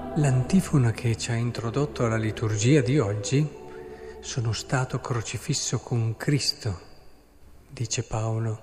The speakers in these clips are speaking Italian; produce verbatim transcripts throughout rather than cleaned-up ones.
L'antifona che ci ha introdotto alla liturgia di oggi: sono stato crocifisso con Cristo, dice Paolo.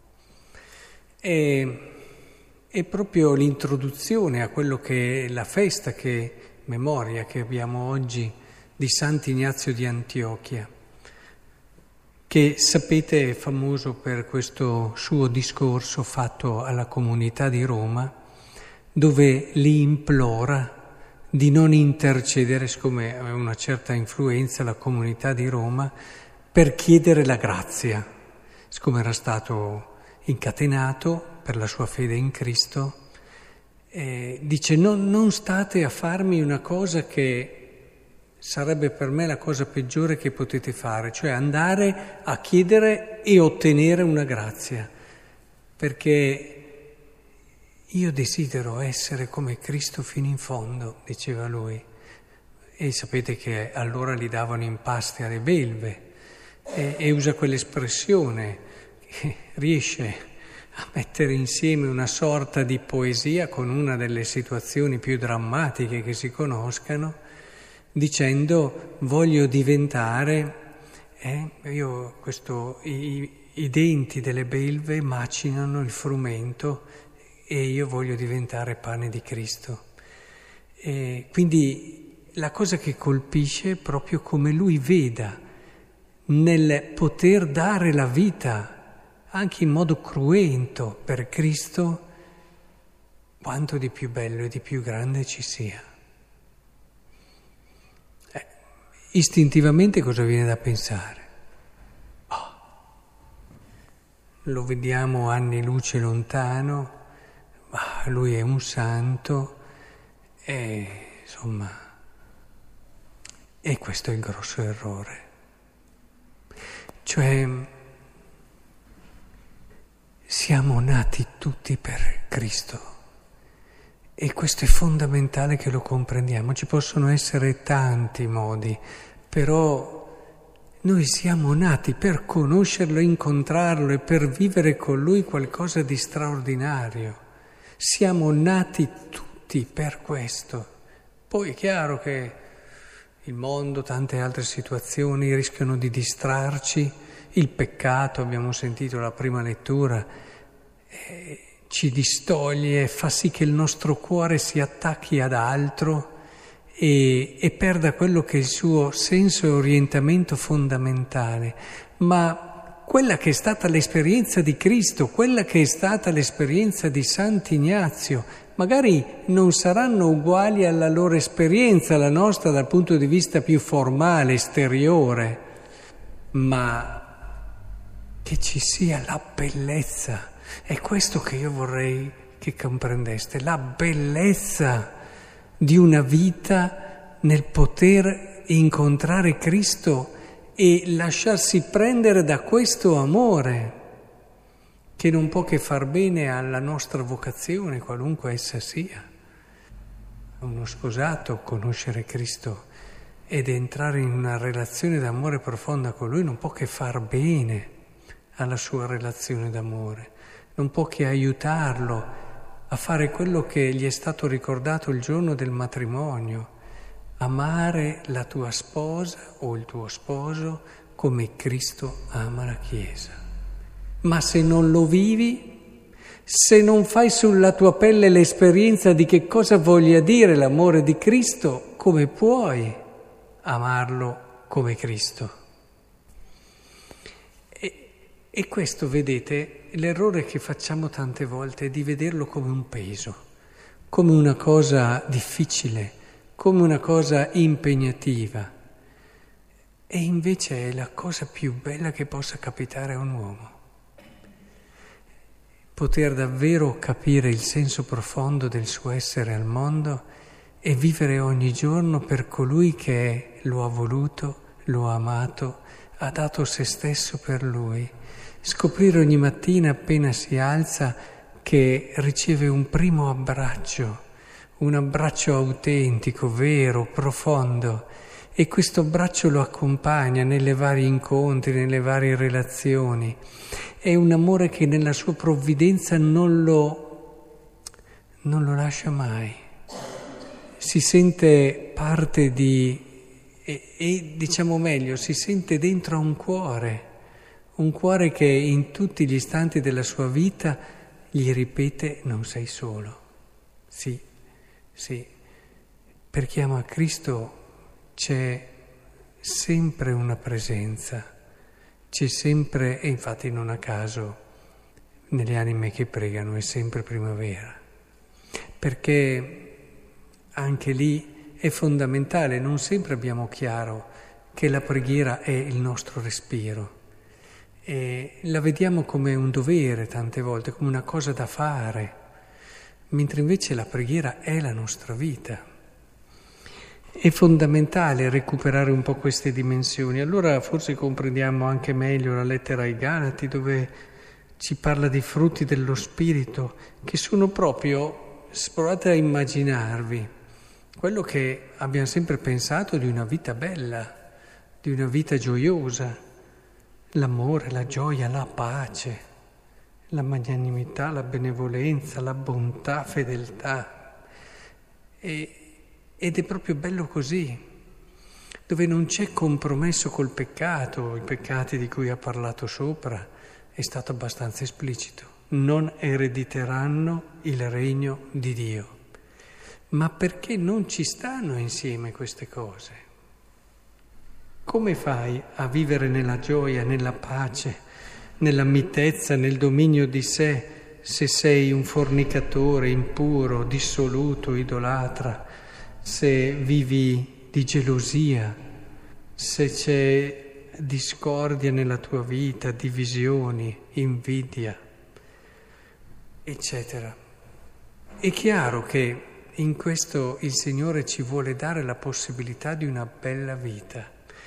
È, è proprio l'introduzione a quello che è la festa, che memoria che abbiamo oggi di Sant'Ignazio di Antiochia, che sapete è famoso per questo suo discorso fatto alla comunità di Roma, dove li implora di non intercedere, siccome aveva una certa influenza la comunità di Roma, per chiedere la grazia, siccome era stato incatenato per la sua fede in Cristo. Eh, dice non, non state a farmi una cosa che sarebbe per me la cosa peggiore che potete fare, cioè andare a chiedere e ottenere una grazia, perché io desidero essere come Cristo fino in fondo, diceva lui. E sapete che allora gli davano in paste alle belve e, e usa quell'espressione che riesce a mettere insieme una sorta di poesia con una delle situazioni più drammatiche che si conoscano, dicendo voglio diventare, eh, io questo, i, i denti delle belve macinano il frumento e io voglio diventare pane di Cristo. E quindi la cosa che colpisce è proprio come lui veda nel poter dare la vita anche in modo cruento per Cristo, quanto di più bello e di più grande ci sia. Eh, istintivamente cosa viene da pensare? Oh, lo vediamo anni luce lontano, ma lui è un santo e insomma, e questo è il grosso errore. Cioè, siamo nati tutti per Cristo e questo è fondamentale che lo comprendiamo. Ci possono essere tanti modi, però noi siamo nati per conoscerlo, incontrarlo e per vivere con lui qualcosa di straordinario. Siamo nati tutti per questo. Poi è chiaro che il mondo, tante altre situazioni rischiano di distrarci. Il peccato, abbiamo sentito la prima lettura, eh, ci distoglie, fa sì che il nostro cuore si attacchi ad altro e, e perda quello che è il suo senso e orientamento fondamentale. Ma quella che è stata l'esperienza di Cristo, quella che è stata l'esperienza di Sant'Ignazio, magari non saranno uguali alla loro esperienza, la nostra dal punto di vista più formale, esteriore, ma che ci sia la bellezza. È questo che io vorrei che comprendeste, la bellezza di una vita nel poter incontrare Cristo e lasciarsi prendere da questo amore che non può che far bene alla nostra vocazione, qualunque essa sia. A uno sposato conoscere Cristo ed entrare in una relazione d'amore profonda con Lui non può che far bene alla sua relazione d'amore, non può che aiutarlo a fare quello che gli è stato ricordato il giorno del matrimonio: amare la tua sposa o il tuo sposo come Cristo ama la Chiesa. Ma se non lo vivi, se non fai sulla tua pelle l'esperienza di che cosa voglia dire l'amore di Cristo, come puoi amarlo come Cristo? E, e questo, vedete, l'errore che facciamo tante volte è di vederlo come un peso, come una cosa difficile, come una cosa impegnativa, e invece è la cosa più bella che possa capitare a un uomo. Poter davvero capire il senso profondo del suo essere al mondo e vivere ogni giorno per colui che lo ha voluto, lo ha amato, ha dato se stesso per lui. Scoprire ogni mattina appena si alza che riceve un primo abbraccio, un abbraccio autentico, vero, profondo, e questo abbraccio lo accompagna nelle vari incontri, nelle varie relazioni. È un amore che nella sua provvidenza non lo, non lo lascia mai. si sente parte di, e, e diciamo meglio, si sente dentro a un cuore, un cuore che in tutti gli istanti della sua vita gli ripete: non sei solo. Sì, sì, per chi ama Cristo c'è sempre una presenza, c'è sempre, e infatti non a caso nelle anime che pregano è sempre primavera, perché anche lì è fondamentale, non sempre abbiamo chiaro che la preghiera è il nostro respiro. E la vediamo come un dovere tante volte, come una cosa da fare, mentre invece la preghiera è la nostra vita. È fondamentale recuperare un po' queste dimensioni. Allora forse comprendiamo anche meglio la lettera ai Galati, dove ci parla di frutti dello Spirito, che sono proprio, provate a immaginarvi, quello che abbiamo sempre pensato di una vita bella, di una vita gioiosa, l'amore, la gioia, la pace, la magnanimità, la benevolenza, la bontà, fedeltà. E, ed è proprio bello così, dove non c'è compromesso col peccato, i peccati di cui ha parlato sopra, è stato abbastanza esplicito. Non erediteranno il regno di Dio. Ma perché non ci stanno insieme queste cose? Come fai a vivere nella gioia, nella pace, nella mitezza, nel dominio di sé, se sei un fornicatore, impuro, dissoluto, idolatra, se vivi di gelosia, se c'è discordia nella tua vita, divisioni, invidia, eccetera? È chiaro che in questo il Signore ci vuole dare la possibilità di una bella vita.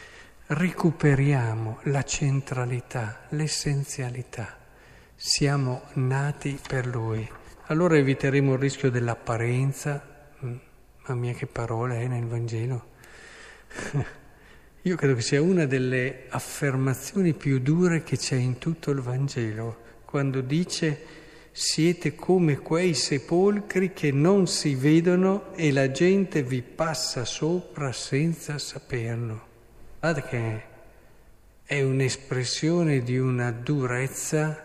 Recuperiamo la centralità, l'essenzialità. Siamo nati per Lui. Allora eviteremo il rischio dell'apparenza. Mamma mia, che parola è nel Vangelo. Io credo che sia una delle affermazioni più dure che c'è in tutto il Vangelo, quando dice: siete come quei sepolcri che non si vedono e la gente vi passa sopra senza saperlo. Guardate che è un'espressione di una durezza,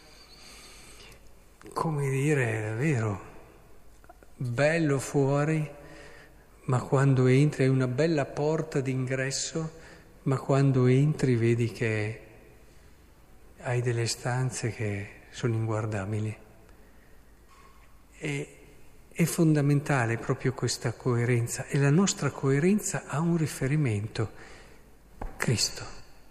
come dire, davvero, bello fuori, ma quando entri è una bella porta d'ingresso, ma quando entri vedi che hai delle stanze che sono inguardabili. E è fondamentale proprio questa coerenza, e la nostra coerenza ha un riferimento: Cristo.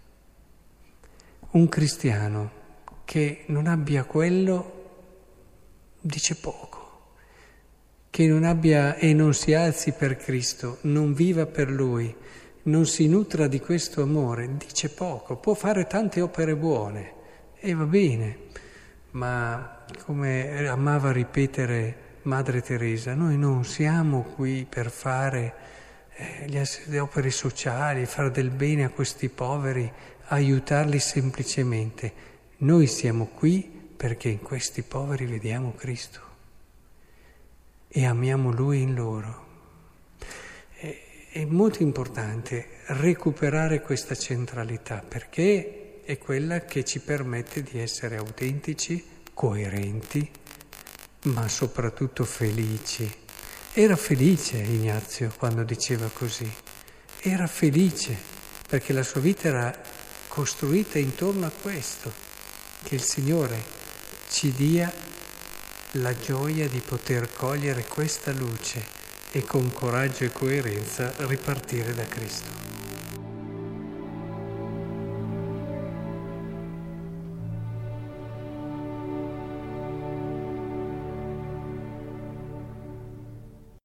Un cristiano che non abbia quello dice poco. Che non abbia e non si alzi per Cristo, non viva per Lui, non si nutra di questo amore, dice poco. Può fare tante opere buone e va bene, ma come amava ripetere Madre Teresa, noi non siamo qui per fare eh, le, le opere sociali, fare del bene a questi poveri, aiutarli semplicemente. Noi siamo qui perché in questi poveri vediamo Cristo e amiamo Lui in loro. È molto importante recuperare questa centralità, perché è quella che ci permette di essere autentici, coerenti, ma soprattutto felici. Era felice Ignazio quando diceva così, era felice perché la sua vita era costruita intorno a questo, che il Signore ci dia la gioia di poter cogliere questa luce e con coraggio e coerenza ripartire da Cristo.